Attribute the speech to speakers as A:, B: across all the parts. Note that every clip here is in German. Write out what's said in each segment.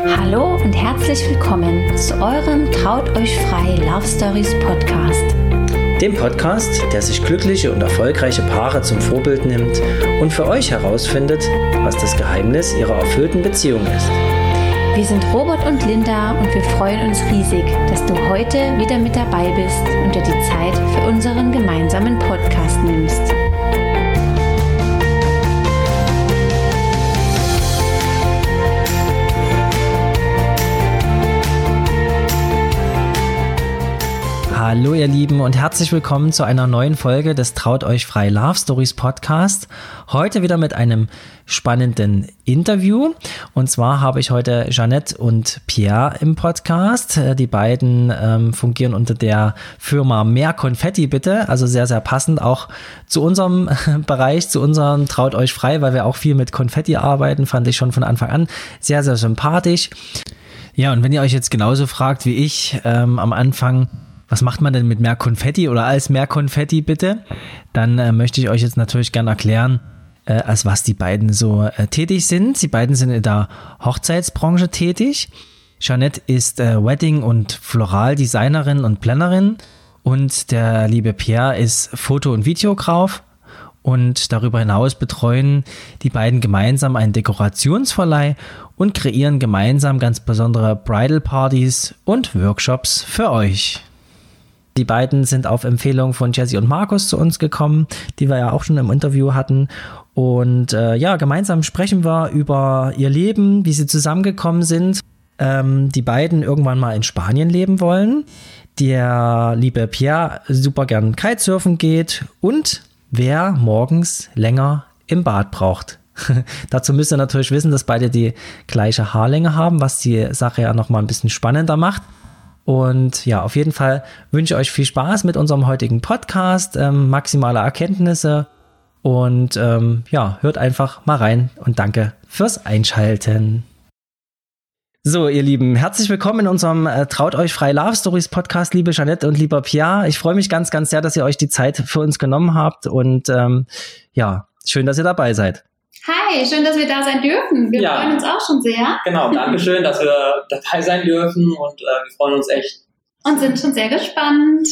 A: Hallo und herzlich willkommen zu eurem Traut euch frei Love Stories Podcast.
B: Dem Podcast, der sich glückliche und erfolgreiche Paare zum Vorbild nimmt und für euch herausfindet, was das Geheimnis ihrer erfüllten Beziehung ist.
A: Wir sind Robert und Linda und wir freuen uns riesig, dass du heute wieder mit dabei bist und dir die Zeit für unseren gemeinsamen Podcast nimmst.
B: Hallo ihr Lieben und herzlich willkommen zu einer neuen Folge des Traut euch frei Love Stories Podcast. Heute wieder mit einem spannenden Interview. Und zwar habe ich heute Jeanette und Pierre im Podcast. Die beiden fungieren unter der Firma Mehr Konfetti bitte. Also sehr, sehr passend auch zu unserem Bereich, zu unserem Traut euch frei, weil wir auch viel mit Konfetti arbeiten. Fand ich schon von Anfang an sehr, sehr sympathisch. Ja, und wenn ihr euch jetzt genauso fragt wie ich am Anfang, was macht man denn mit mehr Konfetti oder als mehr Konfetti bitte? Dann möchte ich euch jetzt natürlich gerne erklären, als was die beiden so tätig sind. Die beiden sind in der Hochzeitsbranche tätig. Jeanette ist Wedding- und Floraldesignerin und Plannerin und der liebe Pierre ist Foto- und Videograf. Und darüber hinaus betreuen die beiden gemeinsam einen Dekorationsverleih und kreieren gemeinsam ganz besondere Bridal-Partys und Workshops für euch. Die beiden sind auf Empfehlung von Jessie und Markus zu uns gekommen, die wir ja auch schon im Interview hatten. Und gemeinsam sprechen wir über ihr Leben, wie sie zusammengekommen sind. Die beiden irgendwann mal in Spanien leben wollen. Der liebe Pierre super gern Kitesurfen geht und wer morgens länger im Bad braucht. Dazu müsst ihr natürlich wissen, dass beide die gleiche Haarlänge haben, was die Sache ja nochmal ein bisschen spannender macht. Und ja, auf jeden Fall wünsche ich euch viel Spaß mit unserem heutigen Podcast, maximale Erkenntnisse und hört einfach mal rein und danke fürs Einschalten. So, ihr Lieben, herzlich willkommen in unserem Traut euch frei Love Stories Podcast, liebe Jeanette und lieber Pierre. Ich freue mich ganz, ganz sehr, dass ihr euch die Zeit für uns genommen habt und schön, dass ihr dabei seid.
C: Hi, schön, dass wir da sein dürfen. Wir freuen uns auch schon sehr.
D: Genau, danke schön, dass wir dabei sein dürfen und wir freuen uns echt.
C: Und sind schon sehr gespannt.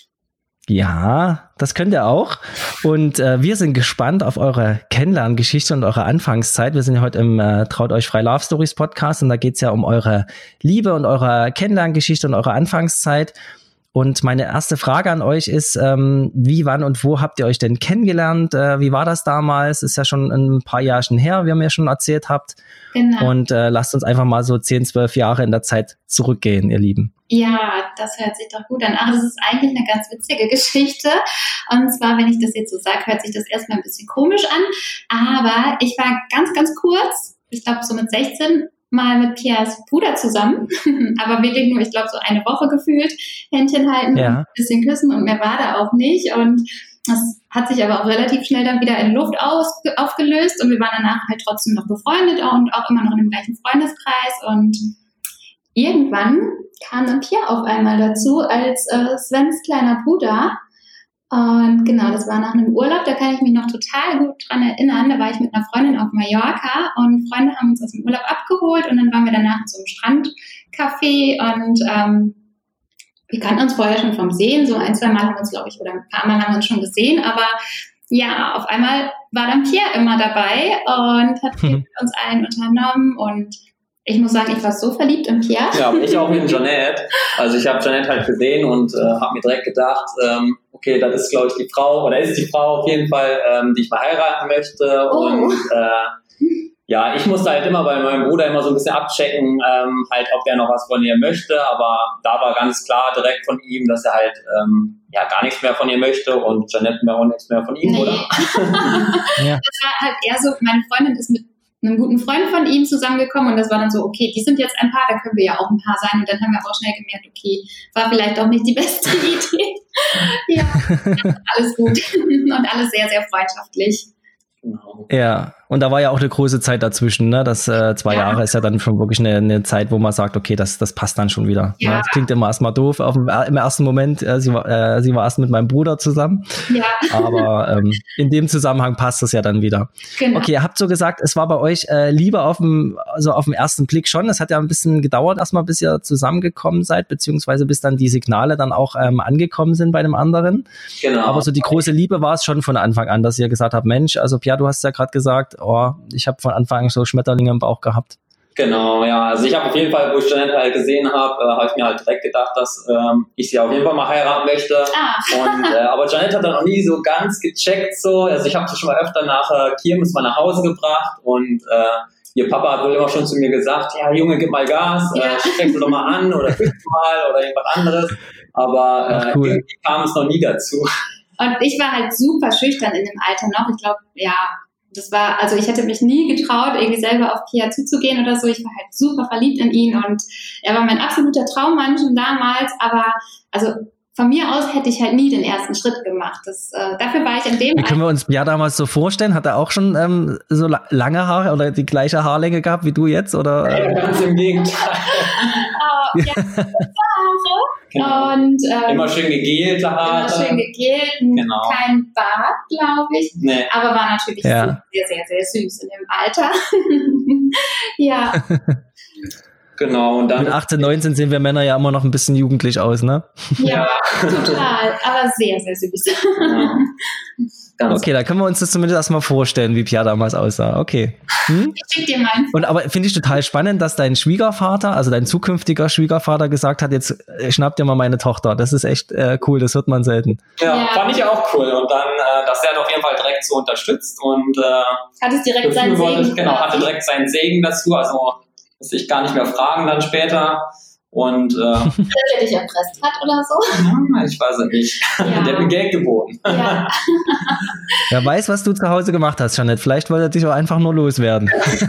B: Ja, das könnt ihr auch. Und wir sind gespannt auf eure Kennenlerngeschichte und eure Anfangszeit. Wir sind ja heute im Traut euch frei Love Stories Podcast und da geht es ja um eure Liebe und eure Kennenlerngeschichte und eure Anfangszeit. Und meine erste Frage an euch ist, wie, wann und wo habt ihr euch denn kennengelernt? Wie war das damals? Ist ja schon ein paar Jahre her, wie ihr mir schon erzählt habt. Genau. Und lasst uns einfach mal so 10, 12 Jahre in der Zeit zurückgehen, ihr Lieben.
C: Ja, das hört sich doch gut an. Ach, das ist eigentlich eine ganz witzige Geschichte. Und zwar, wenn ich das jetzt so sage, hört sich das erstmal ein bisschen komisch an. Aber ich war ganz, ganz kurz, ich glaube so mit 16, mal mit Piers Bruder zusammen, aber wirklich nur, ich glaube, so eine Woche gefühlt, Händchen halten, ein bisschen küssen und mehr war da auch nicht und das hat sich aber auch relativ schnell dann wieder in Luft aufgelöst und wir waren danach halt trotzdem noch befreundet und auch immer noch in dem gleichen Freundeskreis und irgendwann kam dann Pierre auf einmal dazu als Svens kleiner Bruder. Und genau, das war nach einem Urlaub, da kann ich mich noch total gut dran erinnern. Da war ich mit einer Freundin auf Mallorca und Freunde haben uns aus dem Urlaub abgeholt und dann waren wir danach in so einem Strandcafé und wir kannten uns vorher schon vom Sehen, so 1, 2 Mal haben wir uns, glaube ich, oder ein paar Mal haben wir uns schon gesehen, aber ja, auf einmal war dann Pierre immer dabei und hat viel mit uns allen unternommen und ich muss sagen, ich war so verliebt in Pierre.
D: Ja, ich auch in Jeanette. Also ich habe Jeanette halt gesehen und habe mir direkt gedacht, okay, das ist, glaube ich, die Frau, oder ist die Frau auf jeden Fall, die ich mal heiraten möchte. Oh. Und ich musste halt immer bei meinem Bruder immer so ein bisschen abchecken, halt, ob er noch was von ihr möchte. Aber da war ganz klar direkt von ihm, dass er halt gar nichts mehr von ihr möchte und Jeanette mehr auch nichts mehr von ihm, oder?
C: Ja. Das war halt eher so, meine Freundin ist mit einem guten Freund von ihm zusammengekommen und das war dann so, okay, die sind jetzt ein Paar, da können wir ja auch ein Paar sein und dann haben wir auch schnell gemerkt, okay, war vielleicht doch nicht die beste Idee. Ja, alles gut und alles sehr, sehr freundschaftlich.
B: Ja, Und da war ja auch eine große Zeit dazwischen, ne? Das 2 Jahre ist ja dann schon wirklich eine Zeit, wo man sagt, okay, das passt dann schon wieder. Ja. Das klingt immer erstmal doof im ersten Moment. Sie war erst mit meinem Bruder zusammen. Ja. Aber in dem Zusammenhang passt es ja dann wieder. Genau. Okay, ihr habt so gesagt, es war bei euch Liebe auf dem ersten Blick schon. Es hat ja ein bisschen gedauert erstmal, bis ihr zusammengekommen seid, beziehungsweise bis dann die Signale dann auch angekommen sind bei dem anderen. Genau. Aber so die große Liebe war es schon von Anfang an, dass ihr gesagt habt, Mensch, also Pia, du hast ja gerade gesagt, ich habe von Anfang an so Schmetterlinge im Bauch gehabt.
D: Genau, ja. Also ich habe auf jeden Fall, wo ich Jeanette halt gesehen habe ich mir halt direkt gedacht, dass ich sie auf jeden Fall mal heiraten möchte. Aber Jeanette hat dann auch nie so ganz gecheckt so. Also ich habe sie schon mal öfter nach Kirmes mal nach Hause gebracht und ihr Papa hat wohl immer schon zu mir gesagt, ja Junge, gib mal Gas, streck doch mal an oder küss mal oder irgendwas anderes. Aber irgendwie kam es noch nie dazu.
C: Und ich war halt super schüchtern in dem Alter noch. Ich glaube, also ich hätte mich nie getraut, irgendwie selber auf Pia zuzugehen oder so. Ich war halt super verliebt in ihn und er war mein absoluter Traummann schon damals. Aber also von mir aus hätte ich halt nie den ersten Schritt gemacht. Dafür war ich in dem Alter.
B: Können wir uns Pia damals so vorstellen? Hat er auch schon so lange Haare oder die gleiche Haarlänge gehabt wie du jetzt? Oder?
D: Ja, ganz im Gegenteil.
C: Haare. Genau. Und,
D: immer schön gegelte Haare.
C: Immer schön gegelt, kein Bart, glaube ich. Nee. Aber war natürlich sehr, sehr, sehr süß in dem Alter. Ja.
D: Genau. Und dann
B: mit 18, 19 sehen wir Männer ja immer noch ein bisschen jugendlich aus, ne?
C: Ja, total. Aber sehr, sehr süß.
B: Ja. Okay, da können wir uns das zumindest erstmal vorstellen, wie Pia damals aussah. Okay.
C: Ich schick dir mal.
B: Und aber finde ich total spannend, dass dein Schwiegervater, also dein zukünftiger Schwiegervater gesagt hat, jetzt schnapp dir mal meine Tochter. Das ist echt cool, das hört man selten.
D: Ja, fand ich auch cool. Und dann, dass er auf jeden Fall direkt so unterstützt und
C: hat es direkt seinen Segen.
D: Genau, hatte direkt seinen Segen dazu. Also muss ich gar nicht mehr fragen dann später. Und
C: dass er dich erpresst hat oder so?
D: Ich weiß es nicht. Ja. Der hat mir Geld geboten. Ja.
B: Wer weiß, was du zu Hause gemacht hast, Jeanette. Vielleicht wollte er dich auch einfach nur loswerden.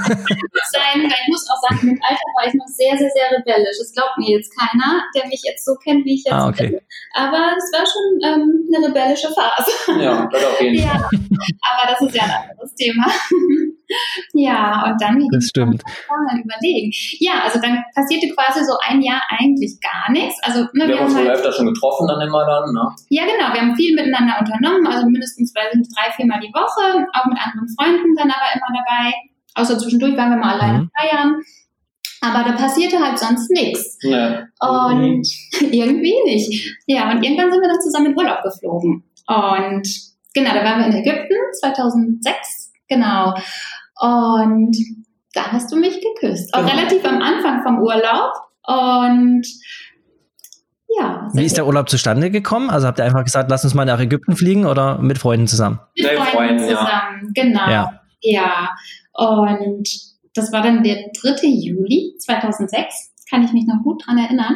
C: Ich muss auch sagen, im Alter war ich noch sehr, sehr, sehr rebellisch. Das glaubt mir jetzt keiner, der mich jetzt so kennt, wie ich jetzt bin. Aber es war schon eine rebellische Phase.
D: Ja, das auf jeden Fall.
C: Aber das ist ja ein anderes Thema. Ja, und dann
B: das stimmt.
C: Mal überlegen. Ja, also dann passierte quasi so ein Jahr eigentlich gar nichts. Also,
D: wir haben uns wohl öfter schon getroffen dann immer dann, ne?
C: Ja, genau. Wir haben viel miteinander unternommen, also mindestens 3-4 Mal die Woche, auch mit anderen Freunden dann aber immer dabei. Außer zwischendurch waren wir mal alleine feiern. Aber da passierte halt sonst nichts. Ja. Und irgendwie nicht. Ja, und irgendwann sind wir dann zusammen in Urlaub geflogen. Und genau, da waren wir in Ägypten, 2006. Genau. Und da hast du mich geküsst. Auch relativ am Anfang vom Urlaub. Und ja.
B: Wie ist der Urlaub zustande gekommen? Also habt ihr einfach gesagt, lass uns mal nach Ägypten fliegen oder mit Freunden zusammen?
C: Mit Freunden zusammen, genau. Ja. Und das war dann der 3. Juli 2006. Kann ich mich noch gut dran erinnern.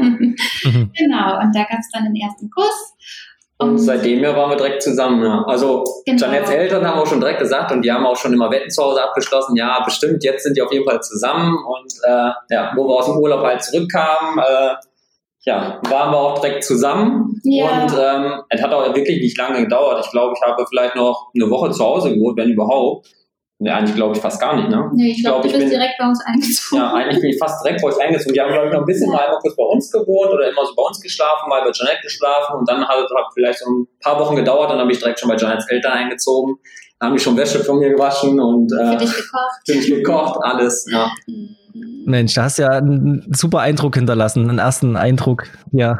C: Genau. Und da gab es dann den ersten Kuss.
D: Und seitdem waren wir direkt zusammen. Ja. Also Jeanettes Eltern haben auch schon direkt gesagt und die haben auch schon immer Wetten zu Hause abgeschlossen. Ja, bestimmt, jetzt sind die auf jeden Fall zusammen. Und wo wir aus dem Urlaub halt zurückkamen, waren wir auch direkt zusammen. Ja. Und es hat auch wirklich nicht lange gedauert. Ich glaube, ich habe vielleicht noch eine Woche zu Hause gewohnt, wenn überhaupt. Nee, eigentlich glaube ich fast gar nicht, ne?
C: Nee, ich glaube, du bist direkt bei uns eingezogen.
D: Ja, eigentlich bin ich fast direkt bei euch eingezogen. Die haben, glaube ich, noch ein bisschen mal einmal kurz bei uns gewohnt oder immer so bei uns geschlafen, mal bei Jeanette geschlafen und dann hat vielleicht so ein paar Wochen gedauert, dann habe ich direkt schon bei Jeanettes Eltern eingezogen. Dann haben die schon Wäsche von mir gewaschen und
C: für dich
D: gekocht, alles, ja.
B: Mensch, da hast du ja einen super Eindruck hinterlassen, einen ersten Eindruck, ja.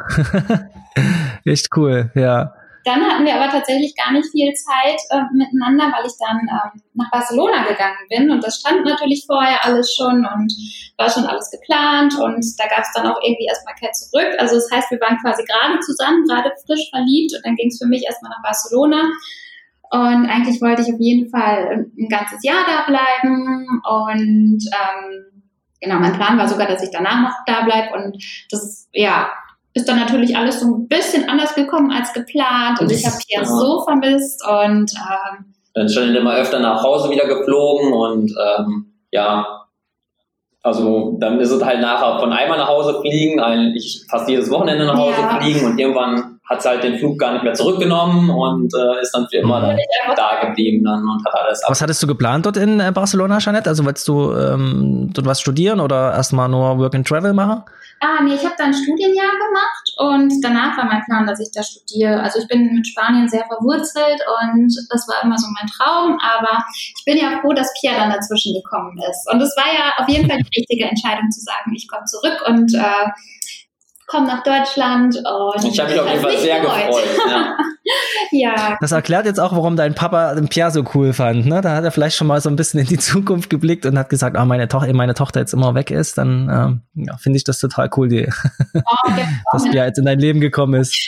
B: Echt cool, ja.
C: Dann hatten wir aber tatsächlich gar nicht viel Zeit miteinander, weil ich dann nach Barcelona gegangen bin und das stand natürlich vorher alles schon und war schon alles geplant und da gab es dann auch irgendwie erstmal kein Zurück. Also das heißt, wir waren quasi gerade zusammen, gerade frisch verliebt und dann ging es für mich erstmal nach Barcelona und eigentlich wollte ich auf jeden Fall ein ganzes Jahr da bleiben und genau, mein Plan war sogar, dass ich danach noch da bleibe und das ist dann natürlich alles so ein bisschen anders gekommen als geplant und ich habe Pia so vermisst und
D: dann schon immer öfter nach Hause wieder geflogen und also dann ist es halt nachher von einmal nach Hause fliegen, eigentlich fast jedes Wochenende nach Hause fliegen und irgendwann hat halt den Flug gar nicht mehr zurückgenommen und ist dann für immer dann da geblieben dann und hat alles
B: Was hattest du geplant dort in Barcelona, Jeanette? Also wolltest du dort was studieren oder erstmal nur Work and Travel machen?
C: Nee, ich habe da ein Studienjahr gemacht und danach war mein Plan, dass ich da studiere. Also ich bin mit Spanien sehr verwurzelt und das war immer so mein Traum, aber ich bin ja froh, dass Pia dann dazwischen gekommen ist. Und es war ja auf jeden Fall die richtige Entscheidung zu sagen, ich komme zurück und komme nach Deutschland. Und
D: ich habe mich auf jeden Fall sehr gefreut. Ja.
C: Ja.
B: Das erklärt jetzt auch, warum dein Papa den Pierre so cool fand. Ne? Da hat er vielleicht schon mal so ein bisschen in die Zukunft geblickt und hat gesagt, meine Tochter jetzt immer weg ist, dann finde ich das total cool, dass Pierre jetzt in dein Leben gekommen ist.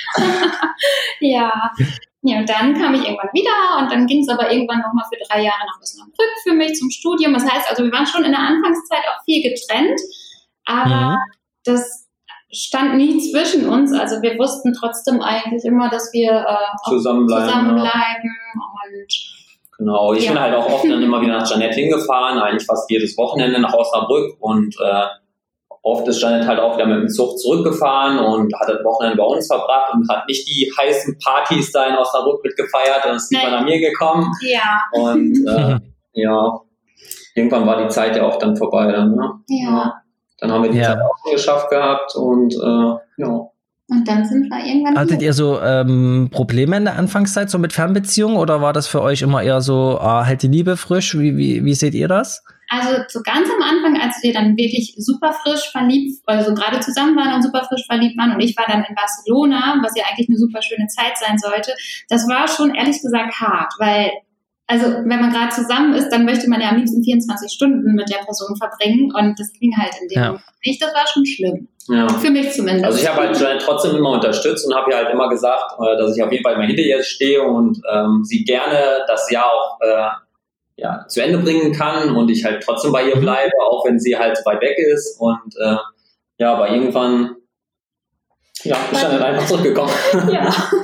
C: Ja. Ja, und dann kam ich irgendwann wieder und dann ging es aber irgendwann nochmal für 3 Jahre nach Osnabrück für mich zum Studium. Das heißt, also wir waren schon in der Anfangszeit auch viel getrennt, aber das stand nie zwischen uns. Also wir wussten trotzdem eigentlich immer, dass wir zusammenbleiben. Und
D: genau, ich bin halt auch oft dann immer wieder nach Jeanette hingefahren, eigentlich fast jedes Wochenende nach Osnabrück und oft ist Jeanette halt auch wieder mit dem Zug zurückgefahren und hat das Wochenende bei uns verbracht und hat nicht die heißen Partys da in Osnabrück mitgefeiert und ist lieber nach mir gekommen.
C: Ja.
D: Und irgendwann war die Zeit ja auch dann vorbei dann, ne?
C: Ja.
D: Dann haben wir die Zeit auch geschafft gehabt und
C: Und dann sind wir irgendwann
B: Hattet ihr so Probleme in der Anfangszeit so mit Fernbeziehungen oder war das für euch immer eher so, halt die Liebe frisch? Wie seht ihr das?
C: Also so ganz am Anfang, als wir dann wirklich super frisch verliebt, also gerade zusammen waren und super frisch verliebt waren und ich war dann in Barcelona, was ja eigentlich eine super schöne Zeit sein sollte, das war schon ehrlich gesagt hart, weil also wenn man gerade zusammen ist, dann möchte man ja am liebsten 24 Stunden mit der Person verbringen und das ging halt in dem Moment nicht. Das war schon schlimm. Ja. Für mich zumindest.
D: Also ich habe halt trotzdem immer unterstützt und habe ihr halt immer gesagt, dass ich auf jeden Fall immer hinter ihr stehe und sie gerne das Jahr auch zu Ende bringen kann und ich halt trotzdem bei ihr bleibe, auch wenn sie halt so weit weg ist. Und aber irgendwann ist dann halt einfach zurückgekommen.
C: Ja.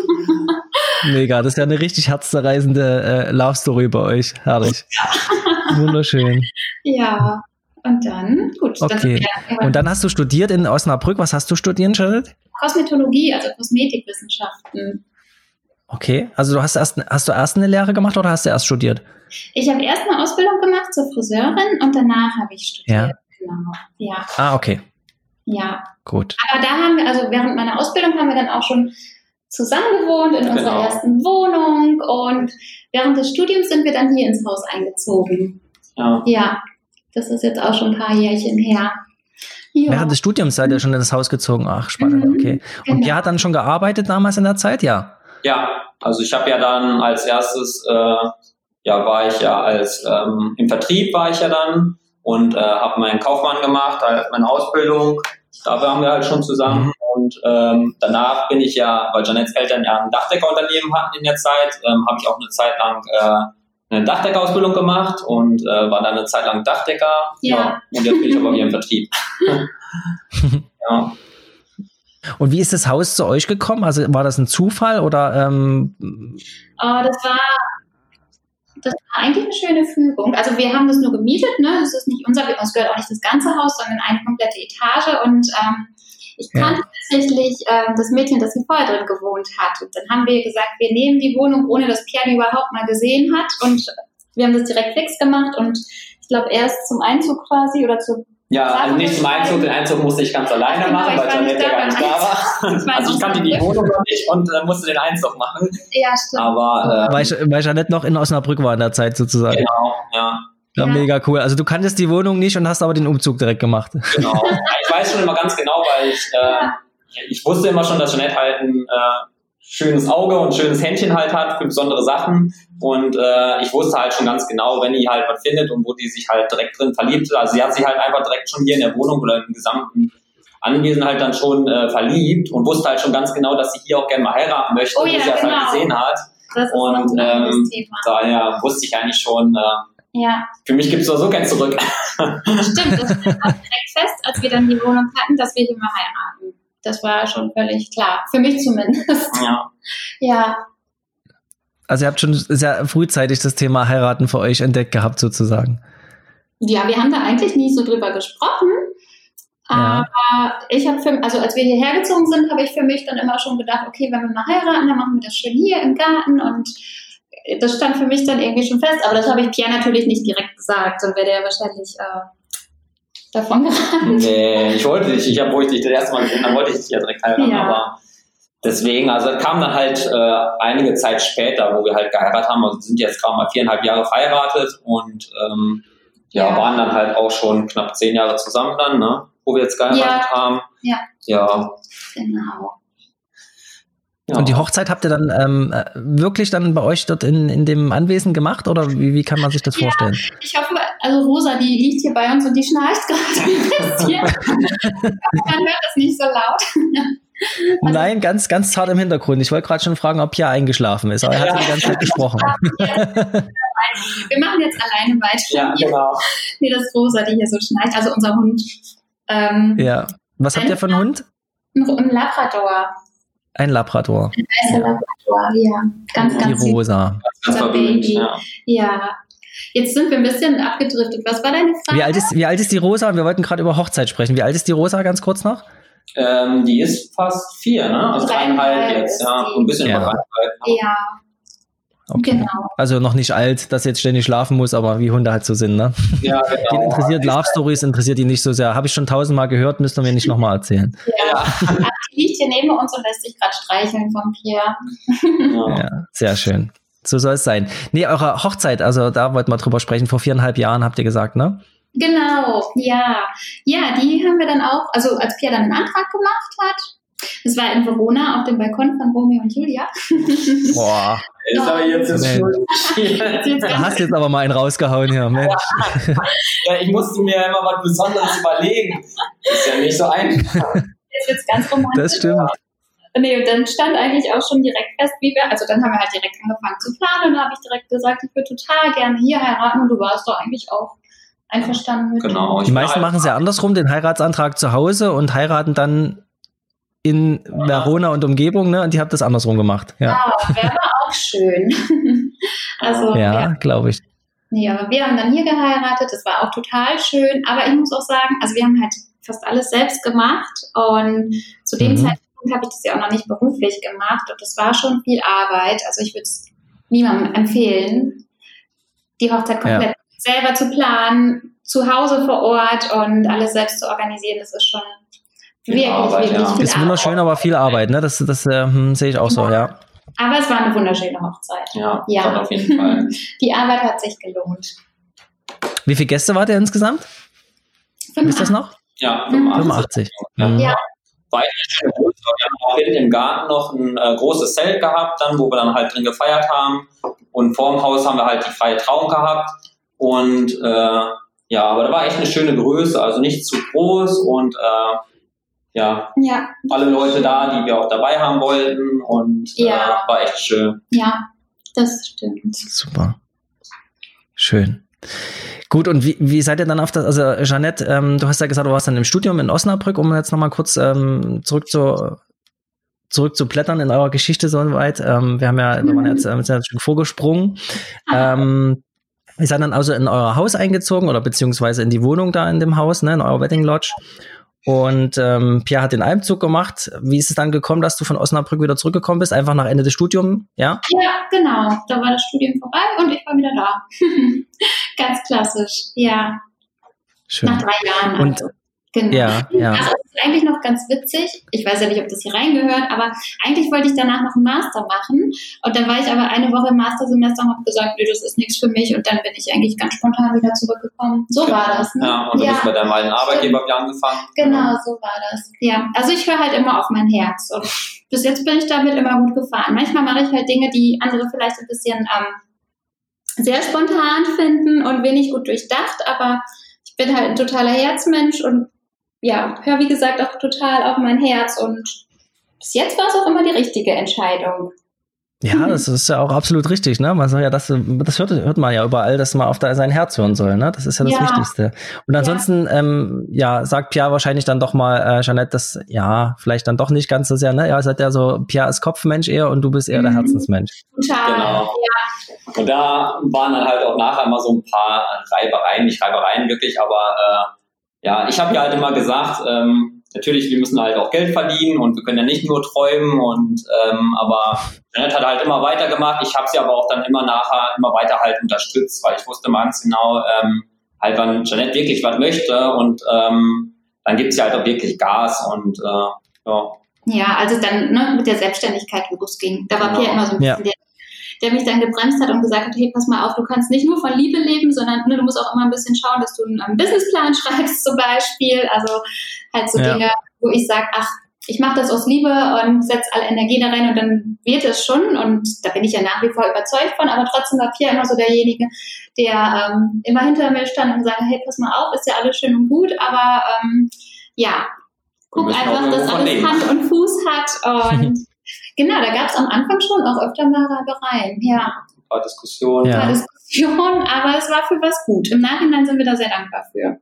B: Mega, das ist ja eine richtig herzzerreißende Love-Story bei euch. Herrlich. Wunderschön.
C: Ja, und dann, gut.
B: Okay. Und dann hast du studiert in Osnabrück. Was hast du studiert, Charlotte?
C: Kosmetologie, also Kosmetikwissenschaften.
B: Okay, also hast du erst eine Lehre gemacht oder hast du erst studiert?
C: Ich habe erst eine Ausbildung gemacht zur Friseurin und danach habe ich studiert.
B: Ja.
C: Genau. Ja.
B: Ah, okay.
C: Ja.
B: Gut.
C: Aber da haben wir, also während meiner Ausbildung haben wir dann auch schon zusammen gewohnt in unserer ersten Wohnung und während des Studiums sind wir dann hier ins Haus eingezogen. Ja, das ist jetzt auch schon ein paar Jährchen her. Ja.
B: Während des Studiums seid ihr schon in das Haus gezogen? Ach, spannend, okay. Und Pierre hat dann schon gearbeitet damals in der Zeit? Ja.
D: Ja, also ich habe ja dann als erstes, war ich ja im Vertrieb war ich ja dann und habe meinen Kaufmann gemacht, meine Ausbildung. Da waren wir halt schon zusammen und danach bin ich weil Jeanettes Eltern ja ein Dachdeckerunternehmen hatten in der Zeit, habe ich auch eine Zeit lang eine Dachdeckerausbildung gemacht und war dann eine Zeit lang Dachdecker. Ja. Und jetzt bin ich aber wieder im Vertrieb. Ja.
B: Und wie ist das Haus zu euch gekommen? Also war das ein Zufall oder?
C: Das war eigentlich eine schöne Fügung. Also wir haben das nur gemietet, ne? Das ist nicht uns gehört auch nicht das ganze Haus, sondern eine komplette Etage. Und ich kannte tatsächlich das Mädchen, das hier vorher drin gewohnt hat. Und dann haben wir gesagt, wir nehmen die Wohnung, ohne dass Pierre die überhaupt mal gesehen hat. Und wir haben das direkt fix gemacht. Und ich glaube, erst zum Einzug quasi oder zur
D: also nicht zum Einzug, den Einzug musste ich ganz alleine machen, weil Jeanette ja gar nicht da war. Also ich kannte die Wohnung noch nicht und musste den Einzug machen.
C: Ja, stimmt.
D: Aber,
B: weil Jeanette noch in Osnabrück war in der Zeit sozusagen.
D: Genau, ja.
B: Ja, mega cool. Also du kanntest die Wohnung nicht und hast aber den Umzug direkt gemacht.
D: Genau. Ich weiß schon immer ganz genau, weil ich wusste immer schon, dass Jeanette halt ein schönes Auge und ein schönes Händchen halt hat für besondere Sachen und ich wusste halt schon ganz genau, wenn die halt was findet und wo die sich halt direkt drin verliebt, also sie hat sich halt einfach direkt schon hier in der Wohnung oder im gesamten Anwesen halt dann schon verliebt und wusste halt schon ganz genau, dass sie hier auch gerne mal heiraten möchte,
C: wie sie das halt gesehen hat. Das ist
D: und daher wusste ich eigentlich schon, für mich gibt es so kein Zurück.
C: Stimmt, das stand auch direkt fest, als wir dann die Wohnung hatten, dass wir hier mal heiraten. Das war schon völlig klar. Für mich zumindest. Ja.
B: Also ihr habt schon sehr frühzeitig das Thema Heiraten für euch entdeckt gehabt sozusagen.
C: Ja, wir haben da eigentlich nie so drüber gesprochen. Aber ich habe als wir hierher gezogen sind, habe ich für mich dann immer schon gedacht, okay, wenn wir mal heiraten, dann machen wir das schön hier im Garten und das stand für mich dann irgendwie schon fest. Aber das habe ich Pierre natürlich nicht direkt gesagt, dann wäre der wahrscheinlich davon gerannt.
D: Nee, wo ich dich das erste Mal gesehen habe, wollte ich dich ja direkt heiraten, aber deswegen, also kam dann halt einige Zeit später, wo wir halt geheiratet haben, also sind jetzt gerade mal 4,5 Jahre verheiratet und waren dann halt auch schon knapp 10 Jahre zusammen dann, ne, wo wir jetzt geheiratet haben. Ja.
C: Genau.
B: Ja. Und die Hochzeit habt ihr dann wirklich dann bei euch dort in dem Anwesen gemacht oder wie kann man sich das vorstellen?
C: Ich hoffe, also Rosa, die liegt hier bei uns und die schnarcht gerade ein bisschen. Man hört das nicht so laut.
B: Also, nein, ganz, ganz zart im Hintergrund. Ich wollte gerade schon fragen, ob Pia eingeschlafen ist, aber er hat die ganze Zeit gesprochen.
C: Wir machen jetzt alleine weiter.
D: Ja, genau.
C: Nee, das ist Rosa, die hier so schnarcht, also unser Hund.
B: Was habt ihr für einen Hund?
C: Ein Labrador.
B: Ein Labrador.
C: Ein weißer Labrador, ja. Ganz, ganz
B: die Rosa.
C: Ganz Baby. Ja. Jetzt sind wir ein bisschen abgedriftet. Was war deine Frage?
B: Wie alt ist die Rosa? Wir wollten gerade über Hochzeit sprechen. Wie alt ist die Rosa, ganz kurz noch?
D: Die ist fast 4, ne? Also 3,5 jetzt, ja. Ein bisschen über 3,5.
C: Ja.
B: Okay.
C: Genau.
B: Also noch nicht alt, dass jetzt ständig schlafen muss, aber wie Hunde halt so sind, ne?
D: Ja, genau.
B: Den interessiert Love Stories, interessiert die nicht so sehr. Habe ich schon 1000-mal gehört, müsst ihr mir nicht nochmal erzählen.
C: Ja. Die liegt hier neben uns und lässt sich gerade streicheln von Pierre.
B: Ja, sehr schön. So soll es sein. Nee, eure Hochzeit, also da wollten wir drüber sprechen, vor 4,5 Jahren habt ihr gesagt, ne?
C: Genau, ja. Ja, die haben wir dann auch, also als Pierre dann einen Antrag gemacht hat, das war in Verona auf dem Balkon von Romeo und Julia.
B: Boah.
D: Ist aber jetzt
B: Da hast du jetzt aber mal einen rausgehauen hier, Mensch.
D: Ja, ich musste mir ja immer was Besonderes überlegen. Ist ja nicht so einfach.
C: Jetzt wird's ganz romantisch.
B: Das stimmt.
C: Nee, und dann stand eigentlich auch schon direkt fest, dann haben wir halt direkt angefangen zu planen und dann habe ich direkt gesagt, ich würde total gerne hier heiraten und du warst doch eigentlich auch einverstanden mit.
D: Genau.
B: Die meisten machen es ja andersrum, den Heiratsantrag zu Hause und heiraten dann in Verona und Umgebung, ne? Und die habt das andersrum gemacht. Ja,
C: wäre aber auch schön. Also,
B: glaube ich.
C: Nee, aber wir haben dann hier geheiratet, das war auch total schön, aber ich muss auch sagen, also wir haben halt fast alles selbst gemacht und zu dem Zeitpunkt habe ich das ja auch noch nicht beruflich gemacht und das war schon viel Arbeit, also ich würde es niemandem empfehlen, die Hochzeit komplett selber zu planen, zu Hause vor Ort und alles selbst zu organisieren, das ist schon wirklich viel
B: Arbeit. Ist wunderschön, aber viel Arbeit, ne? Das sehe ich auch so, ja.
C: Aber es war eine wunderschöne Hochzeit.
D: Ja. Auf jeden Fall.
C: Die Arbeit hat sich gelohnt.
B: Wie viele Gäste wart ihr insgesamt?
C: 85.
B: Ist das noch?
D: Ja,
B: 85.
D: Ja. War eine schöne Größe. Wir haben auch hinten im Garten noch ein großes Zelt gehabt, dann, wo wir dann halt drin gefeiert haben. Und vor dem Haus haben wir halt die freie Trauung gehabt. Und aber da war echt eine schöne Größe, also nicht zu groß und alle Leute da, die wir auch dabei haben wollten und war echt schön.
C: Ja, das stimmt.
B: Super. Schön. Gut, und wie seid ihr dann auf das, also Jeanette, du hast ja gesagt, du warst dann im Studium in Osnabrück, um jetzt nochmal kurz zurück zu blättern in eurer Geschichte so weit. Wir waren jetzt schon vorgesprungen. Ihr seid dann also in euer Haus eingezogen oder beziehungsweise in die Wohnung da in dem Haus, ne, in eurer Wedding Lodge. Und Pierre hat den Einzug gemacht. Wie ist es dann gekommen, dass du von Osnabrück wieder zurückgekommen bist? Einfach nach Ende des Studiums, ja?
C: Ja, genau. Da war das Studium vorbei und ich war wieder da. Ganz klassisch, ja.
B: Schön.
C: Nach 3 Jahren.
B: Und
C: genau.
B: Ja.
C: Also das ist eigentlich noch ganz witzig. Ich weiß ja nicht, ob das hier reingehört, aber eigentlich wollte ich danach noch einen Master machen. Und dann war ich aber eine Woche im Mastersemester und habe gesagt, nee, das ist nichts für mich. Und dann bin ich eigentlich ganz spontan wieder zurückgekommen. So war das. Ne?
D: Ja, und dann bist du bei deinem alten Arbeitgeber wieder angefangen.
C: Genau, so war das. Ja, also ich höre halt immer auf mein Herz. Und bis jetzt bin ich damit immer gut gefahren. Manchmal mache ich halt Dinge, die andere vielleicht ein bisschen sehr spontan finden und wenig gut durchdacht. Aber ich bin halt ein totaler Herzmensch und hör wie gesagt auch total auf mein Herz und bis jetzt war es auch immer die richtige Entscheidung.
B: Ja, das ist ja auch absolut richtig, ne? Man soll ja das hört man ja überall, dass man auf sein Herz hören soll, ne? Das ist ja das Wichtigste. Und ansonsten, sagt Pierre wahrscheinlich dann doch mal, Jeanette, das, vielleicht dann doch nicht ganz so sehr, ne? Ja, seid ja so, Pierre ist Kopfmensch eher und du bist eher der Herzensmensch.
C: Total,
D: genau. Ja. Und da waren dann halt auch nachher mal so ein paar Reibereien, nicht Reibereien wirklich, aber ja, ich habe ja halt immer gesagt, natürlich, wir müssen halt auch Geld verdienen und wir können ja nicht nur träumen und aber Jeanette hat halt immer weitergemacht. Ich habe sie aber auch dann immer weiter halt unterstützt, weil ich wusste ganz genau, halt wann Jeanette wirklich was möchte und dann gibt sie halt auch wirklich Gas und ja.
C: Ja, also dann mit der Selbstständigkeit losging. Da war Pierre immer so ein bisschen der mich dann gebremst hat und gesagt hat, hey, pass mal auf, du kannst nicht nur von Liebe leben, sondern du musst auch immer ein bisschen schauen, dass du einen Businessplan schreibst zum Beispiel. Also halt so Dinge, wo ich sage, ach, ich mache das aus Liebe und setze alle Energie da rein und dann wird es schon. Und da bin ich ja nach wie vor überzeugt von, aber trotzdem war Pierre immer so derjenige, der immer hinter mir stand und gesagt, hey, pass mal auf, ist ja alles schön und gut, aber guck einfach, dass alles Hand und Fuß hat und genau, da gab es am Anfang schon auch öfter mal Reibereien, ja.
D: Ein paar Diskussionen.
C: Aber es war für was gut. Im Nachhinein sind wir da sehr dankbar für.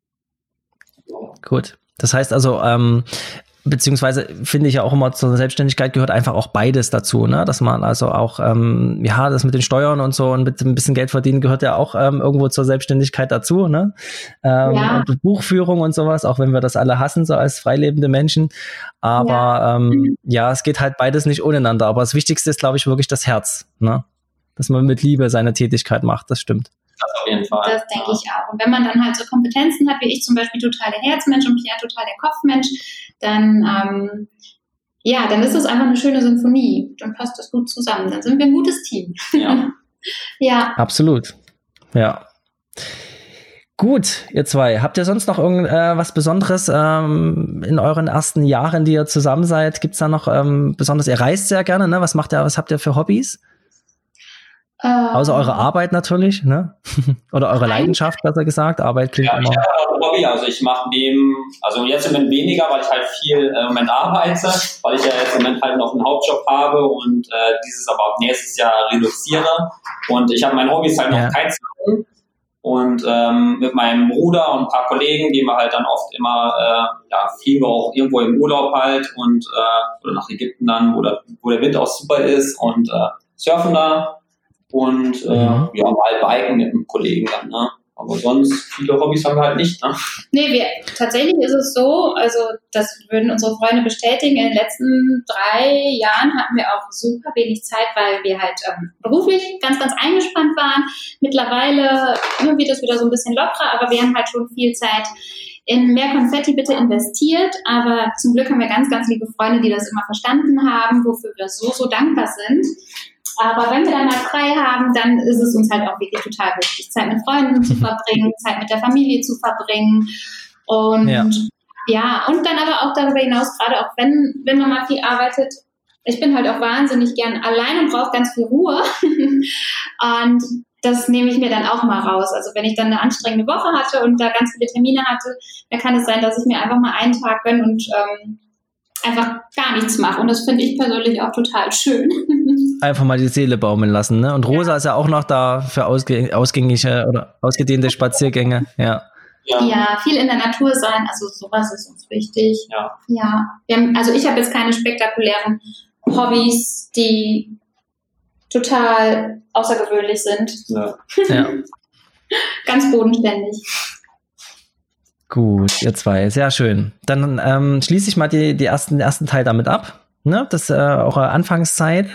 B: Gut. Das heißt also, beziehungsweise finde ich ja auch immer, zur Selbstständigkeit gehört einfach auch beides dazu, ne? Dass man also auch, das mit den Steuern und so und mit ein bisschen Geld verdienen gehört ja auch irgendwo zur Selbstständigkeit dazu, ne? Und Buchführung und sowas, auch wenn wir das alle hassen, so als freilebende Menschen. Aber es geht halt beides nicht ohneinander. Aber das Wichtigste ist, glaube ich, wirklich das Herz, ne? Dass man mit Liebe seine Tätigkeit macht, das stimmt.
D: Das auf jeden Fall.
C: Das denke ich auch. Und wenn man dann halt so Kompetenzen hat, wie ich zum Beispiel total der Herzmensch und Pierre total der Kopfmensch, dann ist es einfach eine schöne Symphonie. Dann passt das gut zusammen. Dann sind wir ein gutes Team.
D: Ja.
C: Ja.
B: Absolut. Ja. Gut, ihr zwei. Habt ihr sonst noch was Besonderes in euren ersten Jahren, die ihr zusammen seid? Gibt's da noch besonders? Ihr reist sehr gerne, ne? Was habt ihr für Hobbys? Außer eure Arbeit natürlich, ne? Oder eure Leidenschaft, besser gesagt. Arbeit klingt immer.
D: Ich habe auch ein Hobby, also ich mache jetzt im Moment weniger, weil ich halt viel im Moment arbeite, weil ich ja jetzt im Moment halt noch einen Hauptjob habe und dieses aber ab nächstes Jahr reduziere. Und ich habe mein Hobby ist halt noch Kitesurfen. Und mit meinem Bruder und ein paar Kollegen gehen wir halt dann oft immer fliegen wir auch irgendwo im Urlaub halt und oder nach Ägypten dann, wo der Wind auch super ist und surfen da. Und mal biken mit einem Kollegen dann, ne? Aber sonst viele Hobbys haben wir halt nicht, ne?
C: Nee, tatsächlich ist es so, also das würden unsere Freunde bestätigen, in den letzten 3 Jahren hatten wir auch super wenig Zeit, weil wir halt beruflich ganz, ganz eingespannt waren. Mittlerweile wird es wieder so ein bisschen lockerer, aber wir haben halt schon viel Zeit in mehr Konfetti bitte investiert, aber zum Glück haben wir ganz, ganz liebe Freunde, die das immer verstanden haben, wofür wir so, so dankbar sind. Aber wenn wir dann mal frei haben, dann ist es uns halt auch wirklich total wichtig, Zeit mit Freunden zu verbringen, Zeit mit der Familie zu verbringen und und dann aber auch darüber hinaus, gerade auch wenn man mal viel arbeitet, ich bin halt auch wahnsinnig gern allein und brauche ganz viel Ruhe und das nehme ich mir dann auch mal raus. Also wenn ich dann eine anstrengende Woche hatte und da ganz viele Termine hatte, dann kann es sein, dass ich mir einfach mal einen Tag gönne und einfach gar nichts mache. Und das finde ich persönlich auch total schön.
B: Einfach mal die Seele baumeln lassen, ne? Und Rosa ist ja auch noch da für ausgängige oder ausgedehnte Spaziergänge, ja.
C: Ja, viel in der Natur sein, also sowas ist uns wichtig. Ja. Ich habe jetzt keine spektakulären Hobbys, die total außergewöhnlich sind. Ja. Ganz bodenständig.
B: Gut, ihr zwei, sehr schön. Dann schließe ich mal den ersten Teil damit ab, ne? Das eure Anfangszeit.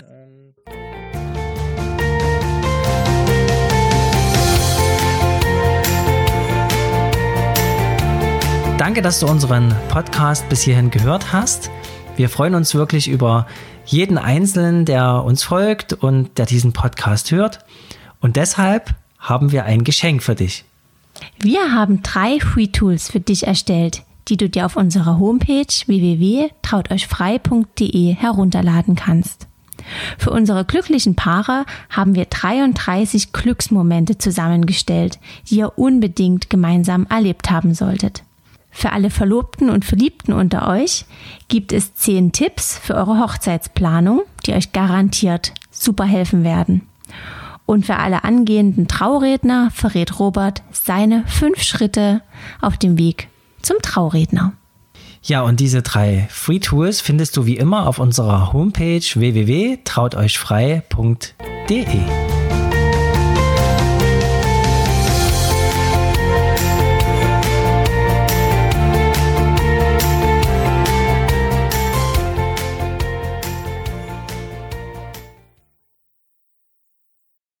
B: Danke, dass du unseren Podcast bis hierhin gehört hast. Wir freuen uns wirklich über jeden Einzelnen, der uns folgt und der diesen Podcast hört. Und deshalb haben wir ein Geschenk für dich.
A: Wir haben 3 Free Tools für dich erstellt, die du dir auf unserer Homepage www.trauteuchfrei.de herunterladen kannst. Für unsere glücklichen Paare haben wir 33 Glücksmomente zusammengestellt, die ihr unbedingt gemeinsam erlebt haben solltet. Für alle Verlobten und Verliebten unter euch gibt es 10 Tipps für eure Hochzeitsplanung, die euch garantiert super helfen werden. Und für alle angehenden Trauredner verrät Robert seine 5 Schritte auf dem Weg zum Trauredner.
B: Ja, und diese 3 Free Tools findest du wie immer auf unserer Homepage www.trauteuchfrei.de.